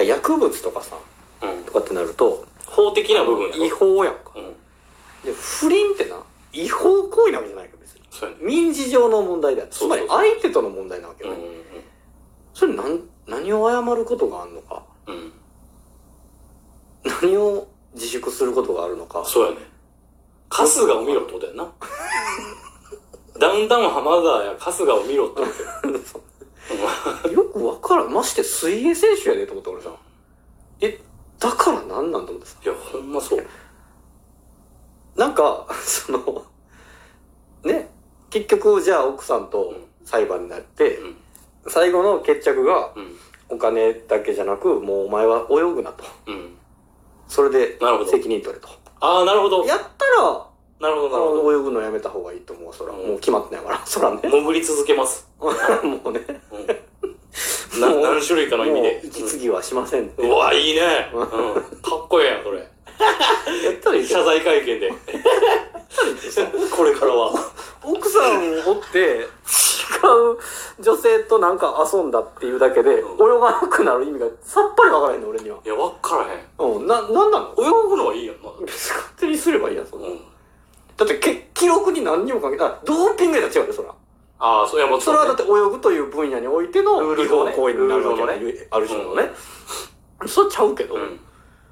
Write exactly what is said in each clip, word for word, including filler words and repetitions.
ら薬物とかさ、うん、とかってなると法的な部分やろ。 違法やんか、うん、で不倫ってな違法行為なわけじゃないか別に。そうやね。民事上の問題であって、つまり相手との問題なわけよね。うんうんうん、それ何何を謝ることがあるのか、うん、何を自粛することがあるのか。 そうやね。春日を見ろってことやな。ダウンタウン浜田や春日を見ろってことよくわからん。まして水泳選手やでと思って俺さ。え、だからなんなんと思ってさ。 いや、ほんまそう。 なんか、その、ね、結局じゃあ奥さんと裁判になって、うん、最後の決着が、お金だけじゃなく、もうお前は泳ぐなと。うん、それで責任取れと。 ああ、なるほど。 やったら、 なるほど、なるほど。 泳ぐのやめた方がいいと思う。そら、うん、もう決まってないから。そらね。 潜り続けます。 もうね。 うん、な何種類かの意味で。 息継ぎはしませんって。 うわ、いいね。うん。かっこええやん、それ。やったらいい。謝罪会見で。これからは。 奥さんをおって、違う女性となんか遊んだっていうだけで、泳がなくなる意味がさっぱりわからへんの、俺には。 いや、わからへん。 うん、な、なんなの？ 泳ぐのはいいやん、まだ。 勝手にすればいいやん、そんな。うん、だって、け、記録に何にも関係ない。あ、ドーピングやったら違うよ、そら。 ああ、そうや、もう、ね、 それはだって泳ぐという分野においての違法行為になるわけね。ある種のね。うん、それちゃうけど。うん、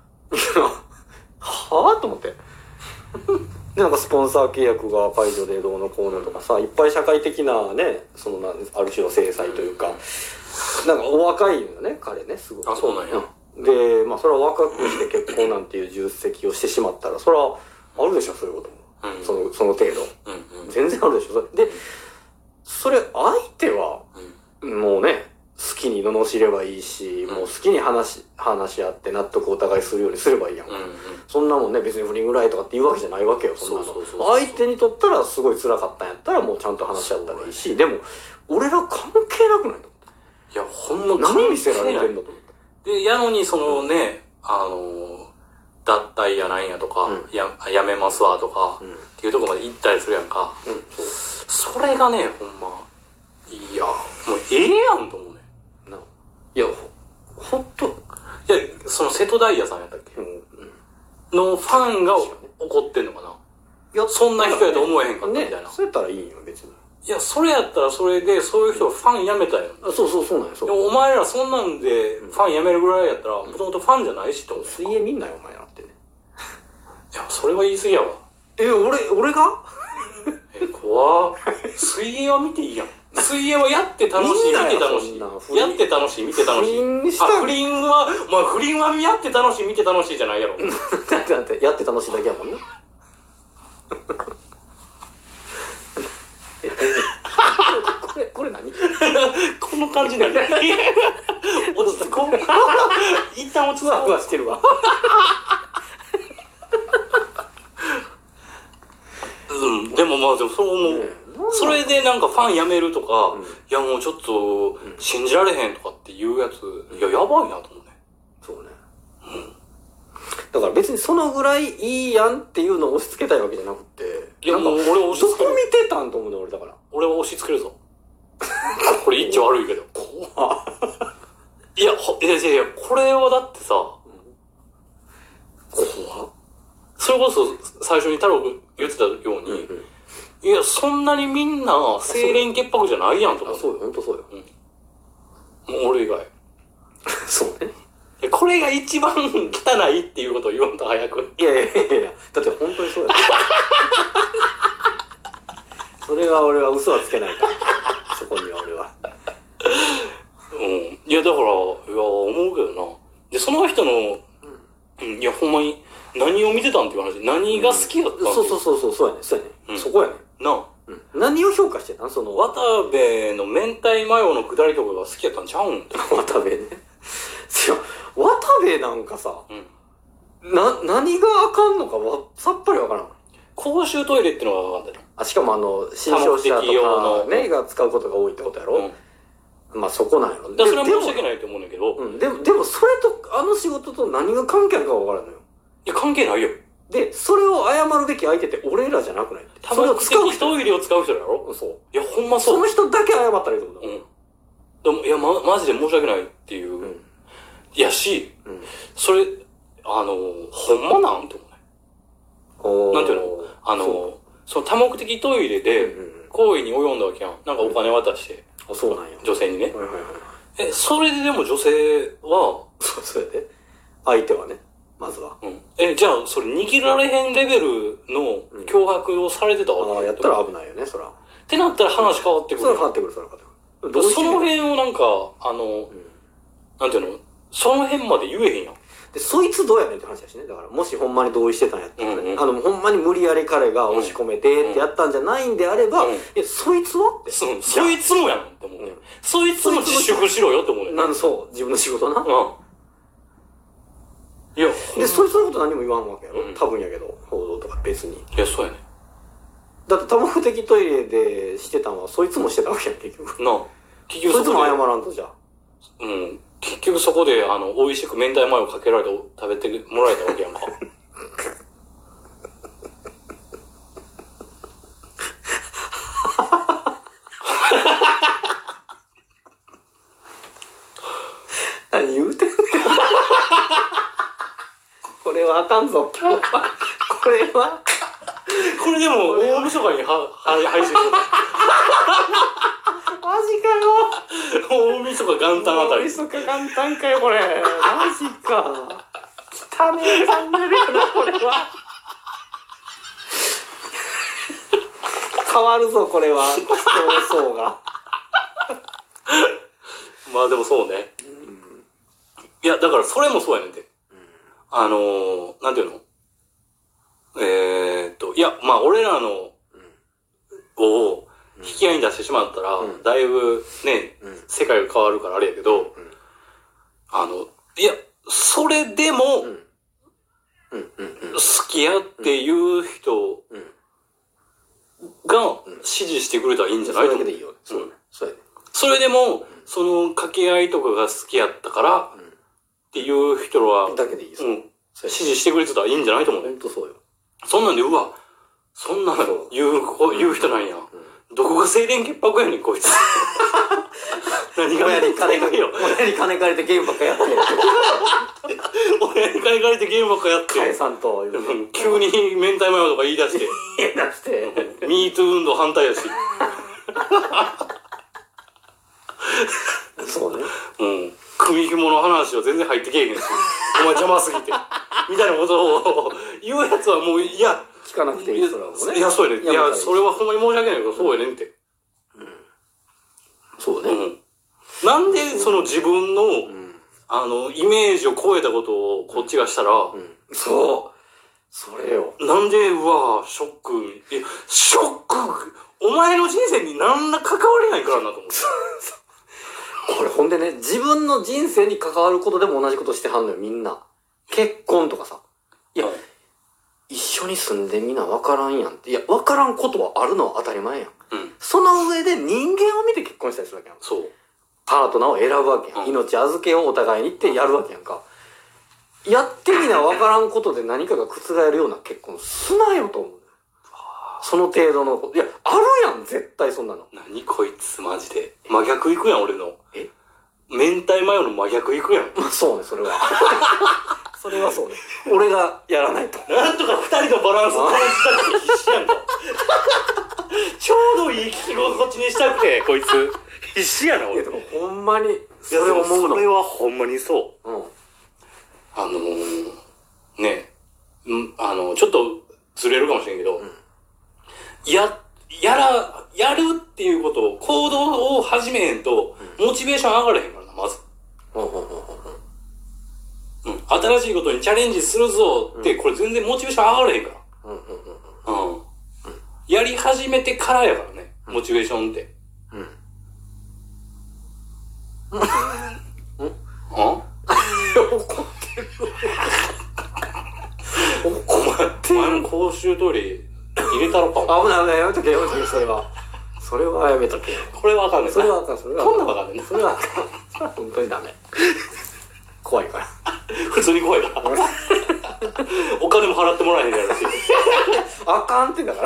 はぁと思って。で、なんかスポンサー契約が解除でどうのこうのとかさ、いっぱい社会的なね、そのな、ある種の制裁というか、なんかお若いよね、彼ね、すごく。 あ、そうなんや。 で、まあそれは若くして結婚なんていう重責をしてしまったら、それはあるでしょ、そういうことも。うん、その、その程度。うんうん、全然あるでしょ。で、それ、相手は、もうね、好きに罵ればいいし、うん、もう好きに話し、話し合って納得をお互いするようにすればいいやん。うんうん、そんなもんね、別に不倫ぐらいとかって言うわけじゃないわけよ、そんなの。相手にとったらすごい辛かったんやったら、もうちゃんと話し合ったらいいし、でも、俺ら関係なくないと。 いや、ほんま何見せられてんのと思った。 で、やのにそのね、あのー、脱退やなんやとか、うん、や、やめますわとか、うん、っていうとこまで行ったりするやんか。うん、それがね、ほんま、いや、もうええやんと思うね。 な。いや、ほ、ほんと。 いや、その瀬戸大也さんやったっけ、うんうん、のファンが怒ってんのかな。いや、そんな人やと思えへんかったみたいな。 ね、そうやったらいいよ、別に。 いや、それやったらそれで、そういう人ファンやめたよ。 あ、そうそうそうなんや、そう。 でもお前らそんなんでファンやめるぐらいやったら、もともとファンじゃないしって思う。 水泳見んなよ、お前らってね。 いや、それは言い過ぎやわ。 え、俺、俺がえ、怖水泳は見ていいやん。水泳はやって楽しい、見て楽しい。やって楽しい、見て楽しい。あ、不倫は、まあ不倫はやって楽しい、見て楽しいじゃないやろ。 だってだって、やって楽しいだけやもんね。これ、これ何この感じなんだ。落ち着こう。一旦落ち着こう。 ふわしてるわ。 うん、でもまあ、でもそう思う。それでなんかファン辞めるとか、うん、いやもうちょっと信じられへんとかっていうやつ、うん、いや、やばいなと思うね。 そうね。うん。だから別にそのぐらいいいやんっていうのを押し付けたいわけじゃなくて。 いや、もう俺押し付ける。 どこ見てたんと思うね、俺だから。 俺は押し付けるぞ。これ言っちゃ悪いけど。 怖っ。 いや、いやいやいや、これはだってさ、 怖っ。 それこそ最初に太郎君言ってたように、うんうん、いや、そんなにみんな清廉潔白じゃないやんと思う。 そうよ、ほんとそうよ。 うん、もう俺以外。 そうね。 これが一番汚いっていうことを言わんと早く。 いやいやいやいや、だって本当にそうや。それは俺は嘘はつけないから。そこには俺は。 うん。いや、だから、いや、思うけどな。で、その人の、うん、いや、ほんまに、何を見てたんっていう話。何が好きだったん、うん、 そうそうそうそう、そうやね。そうやね。うん、そこやね。 なあ。 うん。何を評価してたんその。 渡部の明太マヨの下りとかが好きやったんちゃうん渡部ね。いや、渡部なんかさ、うん、な、何があかんのかわ、さっぱりわからん。 公衆トイレってのがわかんないな。 あ、しかもあの、新商者とかね、が使うことが多いってことやろ、うん、まあそこなんやろ。 だからそれは申し訳ないと思うんだけど。 うん、でも、でもそれと、あの仕事と何が関係あるかわからんのよ。 いや、関係ないよ。 で、それを謝るべき相手って俺らじゃなくない？ 多目的トイレを使う人だろ？ そう。 いや、ほんまそう。 その人だけ謝ったらいいと思う。 うん。でも、いや、ま、マジで申し訳ないっていう。うん、 やし、うん、それ、あの、ほんまなんて思うね。なんていうのあの、そ, その多目的トイレで行為に及んだわけやん。なんかお金渡して。 あ、そうなんや。 女性にね。はいはいはい、え、それででも女性は、 そう、それで相手はね、まずは。 うん。え、じゃあ、それ握られへんレベルの脅迫をされてたわけ、 うん、ああ、やったら危ないよね、そら。 ってなったら話変わってくる。 それ変わってくる、それ変わってくる。 その辺をなんか、あの、うん、なんていうのその辺まで言えへんやん。 で、そいつどうやねんって話だしね。だから、もしほんまに同意してたんやったらね、うんうん、あの、ほんまに無理やり彼が押し込めてってやったんじゃないんであれば、うん、え、そいつはって。 そ、そいつもやんって思うね、うん。そいつも自粛しろよって思うね。 なんそう、自分の仕事な。うん。 いや、 で、そいつのこと何も言わんわけやろ、うん、多分やけど、報道とか別に。 いや、そうやね。 だって多目的トイレでしてたのは、そいつもしてたわけやん、結局。 なあ。 結局そいつも謝らんとじゃあ。 うん。結局そこで、あの、美味しく明太マヨかけられて食べてもらえたわけやんか。 何言うてんねん。これはあかんぞ、今日は。これは。 これでも、大晦日には、は、配信する。 マジかよ。 大晦日元旦あたり。 大晦日元旦かよ、これ。マジか。汚ねえチャンネルやな、これは。変わるぞ、これは。競争が。 まあでもそうね。うん、いや、だからそれもそうやねんて。うん、あのー、なんていうのえーっと、いや、まあ俺らの、うん、を、引き合いに出してしまったら、うん、だいぶね、うん、世界が変わるからあれやけど、うん、あの、いや、それでも、うん好きやっていう人が支持してくれたらいいんじゃないと思う。 それだけでいいよ。そうね。そうやね。 それでも、その掛け合いとかが好きやったから、っていう人は、 だけでいいよ。 うん。支持してくれてたらいいんじゃないと思うね。 ほんとそうよ。 そんなんで、うわ、そんなの言う、言う人なんや。どこが清廉潔白やねん、こいつ。何が親に金借りよ。親に金借りてゲームばっかやって。 親に金借りてゲームばっかやって。 返さんと。 急に明太マヨとか言い出して。 言い出して。 ミートゥー運動反対やし。 そうね。 うん。組紐の話は全然入ってけえへんし。お前邪魔すぎて。みたいなことを言うやつはもう、いや、 聞かなくていい、それはもうね。 いや、そうやね。いや、それはほんまに申し訳ないけど、そうやねんって。 うん。そうね。うん。 なんで、その自分の、うん、あの、イメージを超えたことをこっちがしたら、うんうん、 そう。それよ。 なんで、うわショック。え、ショックお前の人生に何ら関わりないからなと思って。 これほんでね、自分の人生に関わることでも同じことしてはんのよ、みんな。結婚とかさ。いや、はい、一緒に住んでみな分からんやんって。いや、分からんことはあるのは当たり前やん。うん。その上で人間を見て結婚したりするわけやん。 そう。 パートナーを選ぶわけやん。うん、命預けをお互いにってやるわけやんか。やってみな分からんことで何かが覆るような結婚すなよと思う。その程度のこと。いや、あるやん、絶対そんなの。 何こいつ、マジで。真逆いくやん、俺の。え明太マヨの真逆いくやん。 まあ、そうね、それは。それはそうね。俺がやらないと。 なんとか二人のバランスを保ちたくて必死やんか。ちょうどいい聞き心地にしたくて、こいつ。必死やな、俺。 いや、でもほんまに、それ思うの。 それはほんまにそう。 うん。 あのー、ね、ん、あの、ちょっとずれるかもしれんけど、うん、や、やら、やるっていうことを、行動を始めへんと、モチベーション上がれへんからな、まず。うん。新しいことにチャレンジするぞって、これ全然モチベーション上がれへんから。うん。うん。やり始めてからやからね、モチベーションって。うん。うん。あ怒ってる。怒ってる。 お前の公衆トイレ入れたろか。 危ない危ない、やめとけ、やめとけ、それは。それはやめとけ。 これはあかんねん。 それはあかん、それはあかん。 こんなわかんねんな。 それはあかん。それは本当にダメ。怖いから。 普通に怖いから。お金も払ってもらえへんやろし。 あかんってだから。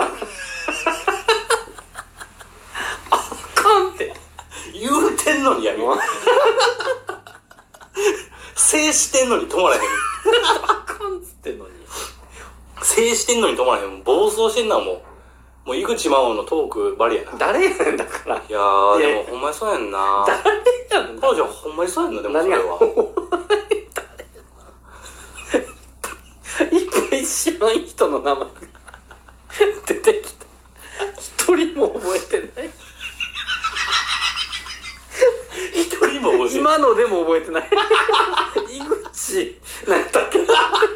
あかんって。 言うてんのにやるよ。清してんのに止まらへん。 あかんっつってんのに。 制してんのに止まらへん。暴走してんな、もう。もう井口真央のトークバリやな。 誰やねんだから。 いやー、でもほんまにそうやんな。 誰やねん。 彼女はほんまにそうやんな、でもそれは。 誰いっぱい知らん人の名前が出てきた。一人も覚えてない。 一人も覚えてない。 今のでも覚えてない。井口、なんだっけな。